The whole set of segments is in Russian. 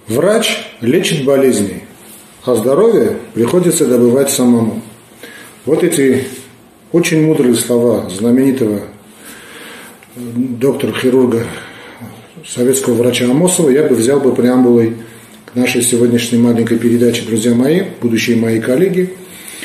Врач лечит болезни, а здоровье приходится добывать самому. Вот эти очень мудрые слова знаменитого доктора-хирурга, советского врача Амосова я бы взял бы преамбулой к нашей сегодняшней маленькой передаче, друзья мои, будущие мои коллеги.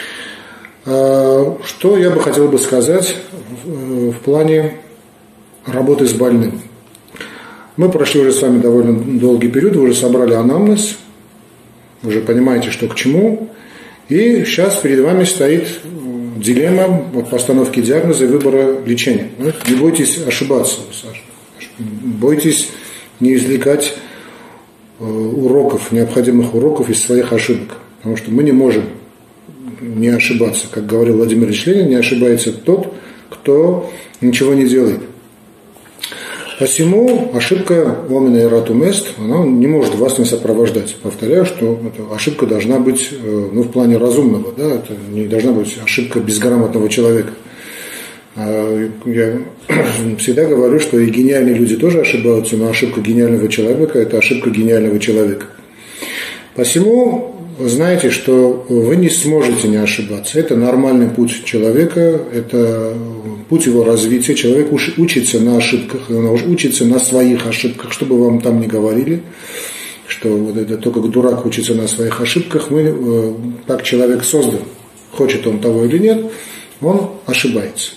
Что я бы хотел бы сказать в плане работы с больным. Мы прошли уже с вами довольно долгий период, вы уже собрали анамнез, уже понимаете, что к чему. И сейчас перед вами стоит дилемма постановки диагноза и выбора лечения. Не бойтесь ошибаться, Саша. Бойтесь не извлекать уроков, необходимых уроков из своих ошибок. Потому что мы не можем не ошибаться. Как говорил Владимир Ильич Ленин, не ошибается тот, кто ничего не делает. Посему ошибка омина и ратумест, она не может вас не сопровождать. Повторяю, что эта ошибка должна быть в плане разумного, да, это не должна быть ошибка безграмотного человека. Я всегда говорю, что и гениальные люди тоже ошибаются, но ошибка гениального человека – это ошибка гениального человека. Посему вы знаете, что вы не сможете не ошибаться. Это нормальный путь человека, это путь его развития. Человек учится на ошибках, он учится на своих ошибках, что бы вам там ни говорили, что вот это только дурак учится на своих ошибках. Так человек создан, хочет он того или нет, он ошибается.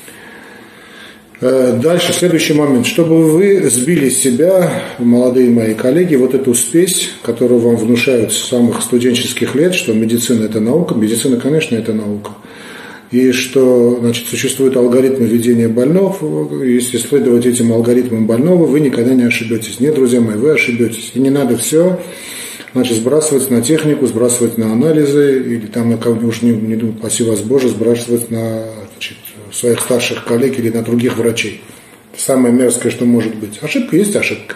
Дальше, следующий момент. Чтобы вы сбили с себя, молодые мои коллеги, вот эту спесь, которую вам внушают с самых студенческих лет, что медицина – это наука. Медицина, конечно, это наука. И что, значит, существуют алгоритмы ведения больных. Если следовать этим алгоритмам больного, вы никогда не ошибетесь. Нет, друзья мои, вы ошибетесь. И не надо все, значит, сбрасывать на технику, сбрасывать на анализы, или там, уж не думаю, спаси вас Боже, сбрасывать на, значит, своих старших коллег или на других врачей. Это самое мерзкое, что может быть. Ошибка есть ошибка.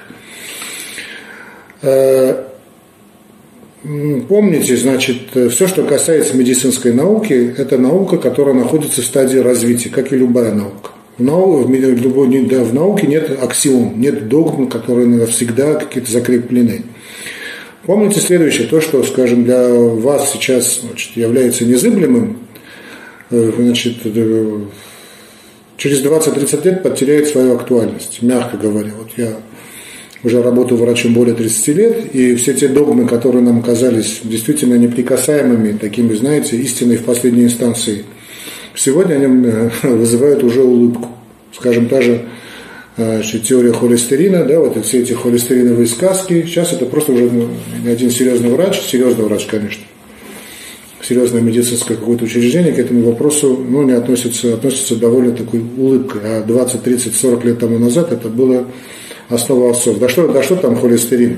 Помните, значит, все, что касается медицинской науки, это наука, которая находится в стадии развития, как и любая наука. В науке нет аксиом, нет догм, которые навсегда какие-то закреплены. Помните следующее, то, что, скажем, для вас сейчас, значит, является незыблемым, значит, через 20-30 лет потеряет свою актуальность, мягко говоря. Вот я уже работаю врачом более 30 лет, и все те догмы, которые нам казались действительно неприкасаемыми, такими, знаете, истиной в последней инстанции, сегодня они вызывают уже улыбку. Скажем, та же теория холестерина, да, вот все эти холестериновые сказки, сейчас это просто уже не один серьезный врач, конечно, серьезное медицинское какое-то учреждение к этому вопросу не относится довольно такой улыбкой. А 20, 30, 40 лет тому назад это было основа отцов. Да что там холестерин?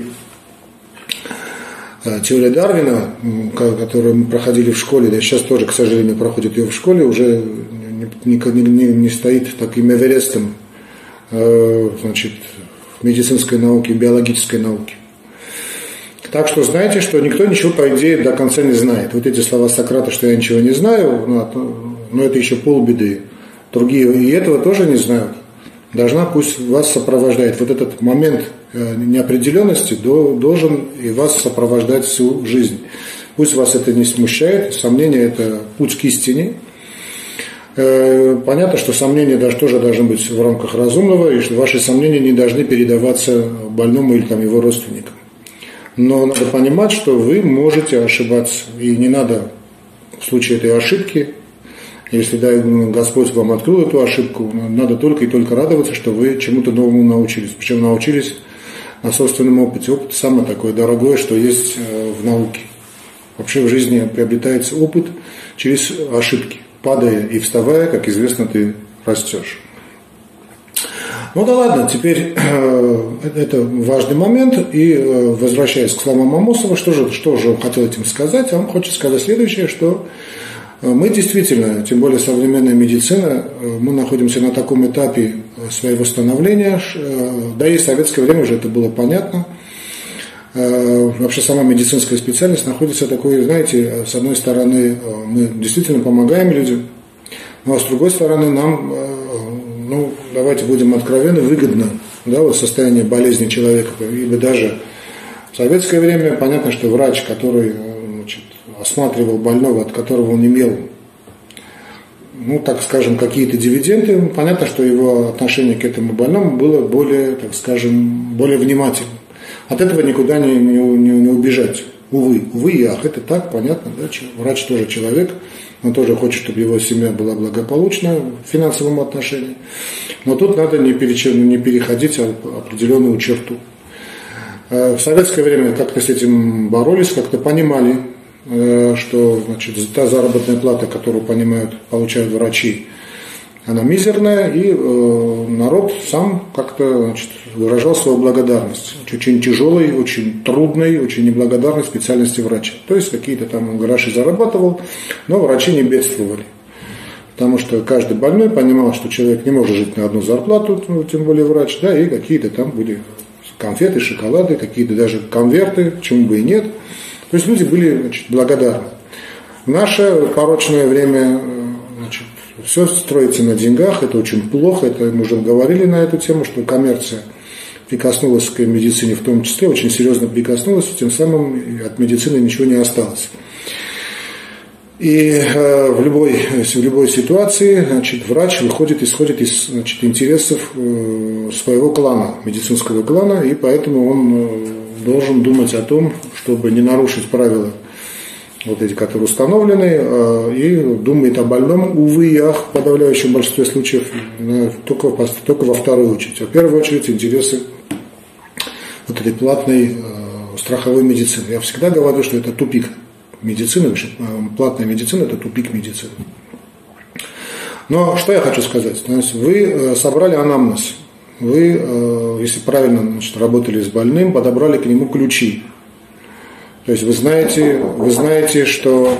Теория Дарвина, которую мы проходили в школе, да сейчас тоже, к сожалению, проходит ее в школе, уже не стоит таким эверестом, значит, в медицинской науке, биологической науке. Так что знайте, что никто ничего, по идее, до конца не знает. Вот эти слова Сократа, что я ничего не знаю, но это еще полбеды. Другие и этого тоже не знают. Пусть вас сопровождает. Вот этот момент неопределенности должен и вас сопровождать всю жизнь. Пусть вас это не смущает. Сомнение – это путь к истине. Понятно, что сомнения тоже должны быть в рамках разумного, и что ваши сомнения не должны передаваться больному или там, его родственникам. Но надо понимать, что вы можете ошибаться. И не надо в случае этой ошибки, если Господь вам открыл эту ошибку, надо только и только радоваться, что вы чему-то новому научились. Причем научились на собственном опыте. Опыт самое такое дорогое, что есть в науке. Вообще в жизни приобретается опыт через ошибки. Падая и вставая, как известно, ты растешь. Ну да ладно, теперь это важный момент. И возвращаясь к словам Амосова, что же он хотел этим сказать? Он хочет сказать следующее, что мы действительно, тем более современная медицина, мы находимся на таком этапе своего становления, да и в советское время уже это было понятно. Вообще сама медицинская специальность находится такой, знаете, с одной стороны мы действительно помогаем людям, но с другой стороны нам, давайте будем откровенны, выгодно, да, вот состояние болезни человека, ибо даже В советское время понятно, что врач, который осматривал больного, от которого он имел, так скажем, какие-то дивиденды, понятно, что его отношение к этому больному было более, так скажем, более внимательным. От этого никуда не убежать. Увы и ах, это так, понятно, да? Врач тоже человек, он тоже хочет, чтобы его семья была благополучна в финансовом отношении. Но тут надо не переходить определенную черту. В советское время как-то с этим боролись, как-то понимали, что та заработная плата, которую получают врачи, она мизерная, и народ сам как-то выражал свою благодарность. Очень тяжелой, очень трудной, очень неблагодарной специальности врача. То есть какие-то там гроши зарабатывал, но врачи не бедствовали. Потому что каждый больной понимал, что человек не может жить на одну зарплату, тем более врач, да, и какие-то там были конфеты, шоколады, какие-то даже конверты, почему бы и нет. То есть люди были благодарны. В наше порочное время все строится на деньгах, это очень плохо, это мы уже говорили на эту тему, что коммерция прикоснулась к медицине в том числе, очень серьезно прикоснулась, и тем самым от медицины ничего не осталось. И в любой ситуации врач исходит из интересов своего клана, медицинского клана, и поэтому он должен думать о том, чтобы не нарушить правила, вот эти, которые установлены, и думает о больном, увы и ах, в подавляющем большинстве случаев, только во вторую очередь. А в первую очередь интересы вот этой платной страховой медицины. Я всегда говорю, что это тупик медицины, платная медицина – это тупик медицины. Но что я хочу сказать? Вы собрали анамнез, вы, если правильно работали с больным, подобрали к нему ключи. То есть вы знаете, что,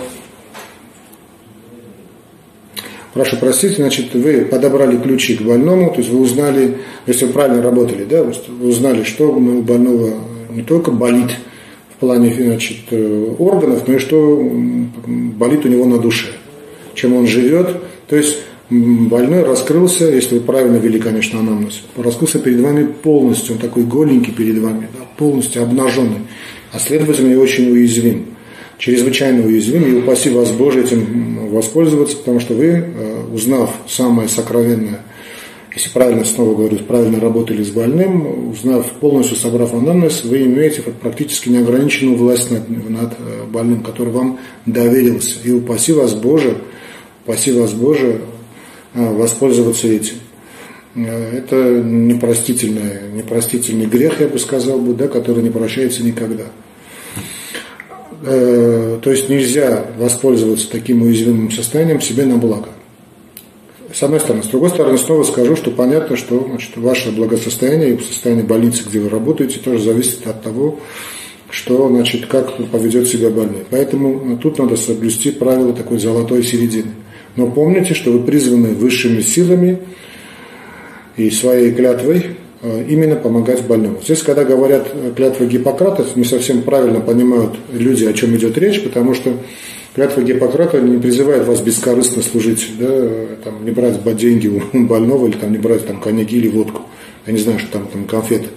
прошу простить, вы подобрали ключи к больному, то есть вы узнали, если вы правильно работали, да, вы узнали, что у больного не только болит в плане органов, но и что болит у него на душе, чем он живет. То есть больной раскрылся, если вы правильно вели, конечно, анамнез, раскрылся перед вами полностью, он такой голенький перед вами, да, полностью обнаженный. А следовательно и очень уязвим, чрезвычайно уязвим, и упаси вас Боже этим воспользоваться, потому что вы, узнав самое сокровенное, если правильно, снова говорю, правильно работали с больным, узнав, полностью собрав анамнез, вы имеете практически неограниченную власть над больным, который вам доверился, и упаси вас Боже воспользоваться этим. Это непростительный грех, я бы сказал, да, который не прощается никогда. То есть нельзя воспользоваться таким уязвимым состоянием себе на благо. С одной стороны. С другой стороны, снова скажу, что понятно, что ваше благосостояние и состояние больницы, где вы работаете, тоже зависит от того, что, как поведет себя больной. Поэтому тут надо соблюсти правило такой золотой середины. Но помните, что вы призваны высшими силами и своей клятвой именно помогать больному. Здесь, когда говорят клятва Гиппократа, не совсем правильно понимают люди, о чем идет речь, потому что клятва Гиппократа не призывает вас бескорыстно служить, да, не брать деньги у больного, или не брать коньяки или водку. Я не знаю, что там конфеты.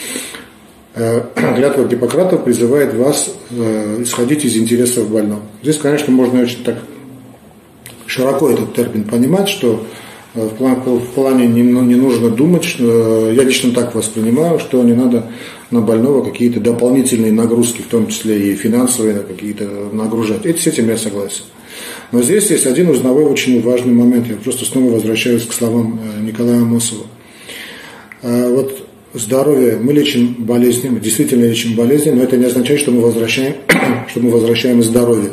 Клятва Гиппократа призывает вас исходить из интересов больного. Здесь, конечно, можно очень так широко этот термин понимать, что в плане не нужно думать, что я лично так воспринимаю, что не надо на больного какие-то дополнительные нагрузки, в том числе и финансовые, какие-то нагружать. С этим я согласен. Но здесь есть один узловой очень важный момент. Я просто снова возвращаюсь к словам Николая Амосова. Вот здоровье, мы лечим болезни, мы действительно лечим болезни, но это не означает, что мы возвращаем здоровье.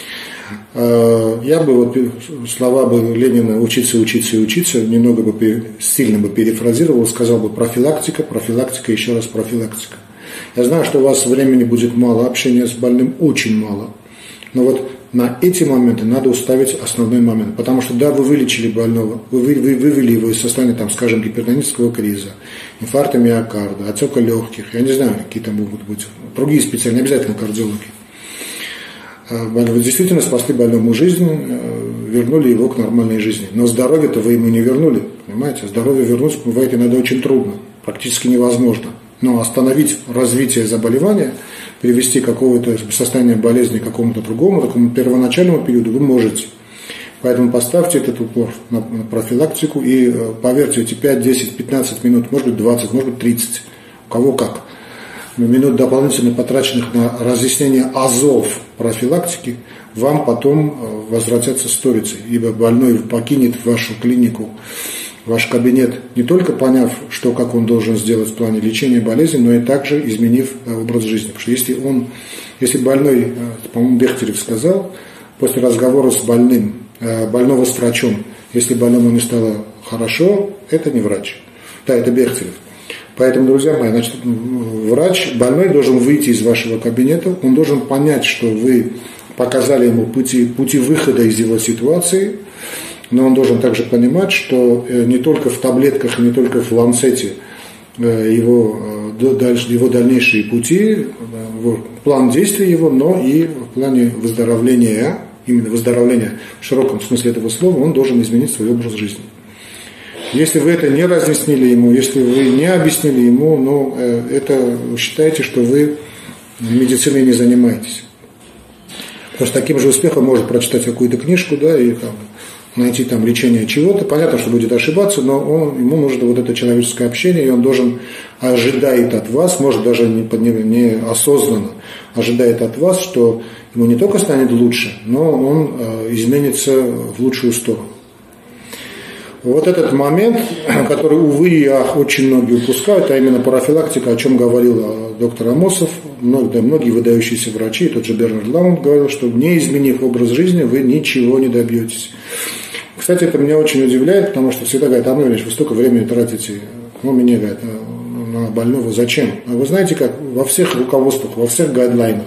Я бы слова Ленина «учиться, учиться и учиться» немного сильно перефразировал, сказал бы профилактика, еще раз профилактика. Я знаю, что у вас времени будет мало, общения с больным очень мало, но на эти моменты надо уставить основной момент, потому что да, вы вылечили больного, вы вывели его из состояния, скажем, гипертонического криза, инфаркта миокарда, отека легких, я не знаю, какие там могут быть другие специальные, не обязательно кардиологи. Вы действительно спасли больному жизнь, вернули его к нормальной жизни. Но здоровье-то вы ему не вернули, понимаете? Здоровье вернуть бывает иногда очень трудно, практически невозможно. Но остановить развитие заболевания, привести какого-то состояния болезни к какому-то другому, такому первоначальному периоду вы можете. Поэтому поставьте этот упор на профилактику и поверьте, эти 5, 10, 15 минут, может быть 20, может быть 30, у кого как, минут дополнительно потраченных на разъяснение азов профилактики, вам потом возвратятся сторицей, ибо больной покинет вашу клинику, ваш кабинет, не только поняв, что, как он должен сделать в плане лечения болезни, но и также изменив образ жизни. Потому что если больной, по-моему, Бехтерев сказал, после разговора с больного с врачом, если больному не стало хорошо, это не врач. Да, это Бехтерев. Поэтому, друзья мои, значит, больной должен выйти из вашего кабинета, он должен понять, что вы показали ему пути выхода из его ситуации, но он должен также понимать, что не только в таблетках, не только в ланцете его дальнейшие пути, план действий его, но и в плане выздоровления, именно выздоровления в широком смысле этого слова, он должен изменить свой образ жизни. Если вы это не разъяснили ему, если вы не объяснили ему, это считайте, что вы медициной не занимаетесь. Потому что таким же успехом может прочитать какую-то книжку, да, и найти там лечение чего-то. Понятно, что будет ошибаться, но ему нужно вот это человеческое общение, и он ожидает от вас, может даже неосознанно ожидает от вас, что ему не только станет лучше, но он изменится в лучшую сторону. Вот этот момент, который, увы и ах, очень многие упускают, а именно профилактика, о чем говорил доктор Амосов, многие выдающиеся врачи, тот же Бернард Лаунд говорил, что не изменив образ жизни, вы ничего не добьетесь. Кстати, это меня очень удивляет, потому что всегда говорят: Армен Ильич, вы столько времени тратите, мне говорят, на больного, зачем? А вы знаете, как во всех руководствах, во всех гайдлайнах,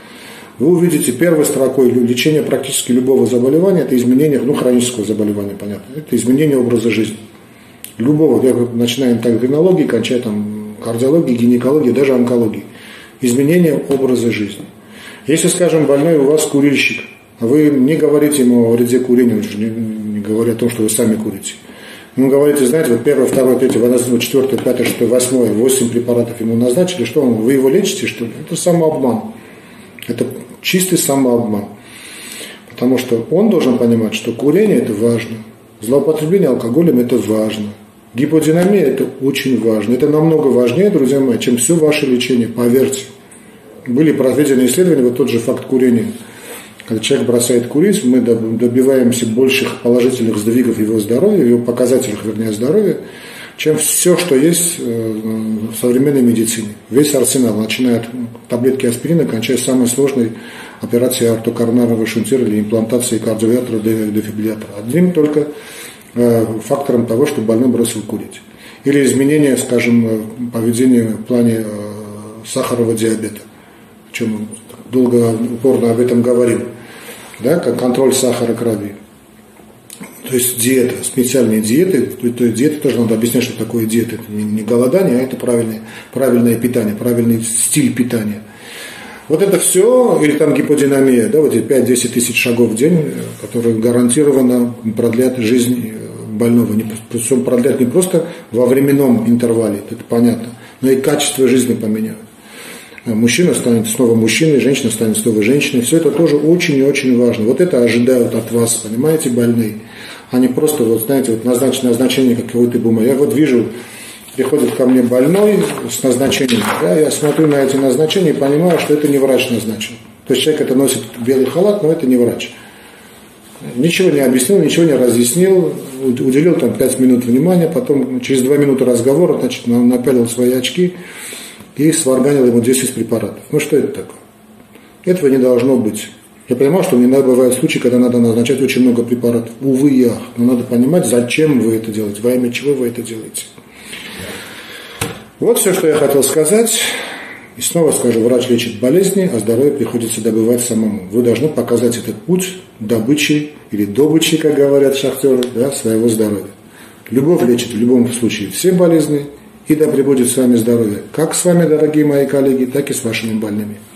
вы увидите первой строкой лечение практически любого заболевания, это изменение, хронического заболевания, понятно, это изменение образа жизни. Любого, начиная от эндокринологии, кончая там кардиологией, гинекологией, даже онкологией. Изменение образа жизни. Если, скажем, больной у вас курильщик, а вы не говорите ему о вреде курения, не говоря о том, что вы сами курите. Ему говорите, знаете, вот 1, 2, 3, 4, 5, 6, 8, 8 препаратов ему назначили, что вы его лечите, что ли? Это самообман. Это чистый самообман. Потому что он должен понимать, что курение – это важно, злоупотребление алкоголем – это важно, гиподинамия – это очень важно. Это намного важнее, друзья мои, чем все ваше лечение, поверьте. Были проведены исследования, вот тот же факт курения. Когда человек бросает курить, мы добиваемся больших положительных сдвигов его здоровья, его показателях, здоровья, чем все, что есть в современной медицине. Весь арсенал, начиная от таблетки аспирина, кончая самой сложной операцией ортокоронарного шунтира или имплантации кардиовертера дефибриллятора. Одним только фактором того, что больной бросил курить. Или изменение, скажем, поведения в плане сахарного диабета, о чем мы долго, упорно об этом говорим, да, как контроль сахара крови. То есть диета, специальные диеты, то есть диета тоже надо объяснять, что такое диета. Это не голодание, а это правильное питание, правильный стиль питания. Вот это все, или там гиподинамия, да, вот эти 5-10 тысяч шагов в день, которые гарантированно продлят жизнь больного. Причем продлят не просто во временном интервале, это понятно, но и качество жизни поменяют. Мужчина станет снова мужчиной, женщина станет снова женщиной. Все это тоже очень и очень важно. Вот это ожидают от вас, понимаете, больные. А не просто, вот знаете, вот назначение какой-то бумаги. Я вот вижу, приходит ко мне больной с назначением. Да, я смотрю на эти назначения и понимаю, что это не врач назначил. То есть человек это носит белый халат, но это не врач. Ничего не объяснил, ничего не разъяснил, уделил там 5 минут внимания, потом через 2 минуты разговора, значит, напялил свои очки и сварганил ему 10 препаратов. Ну что это такое? Этого не должно быть. Я понимаю, что иногда бывают случаи, когда надо назначать очень много препаратов. Увы и ах. Но надо понимать, зачем вы это делаете, во имя чего вы это делаете. Вот все, что я хотел сказать. И снова скажу, врач лечит болезни, а здоровье приходится добывать самому. Вы должны показать этот путь добычи или добычи, как говорят шахтеры, да, своего здоровья. Любовь лечит в любом случае все болезни. И да пребудет с вами здоровье. Как с вами, дорогие мои коллеги, так и с вашими больными.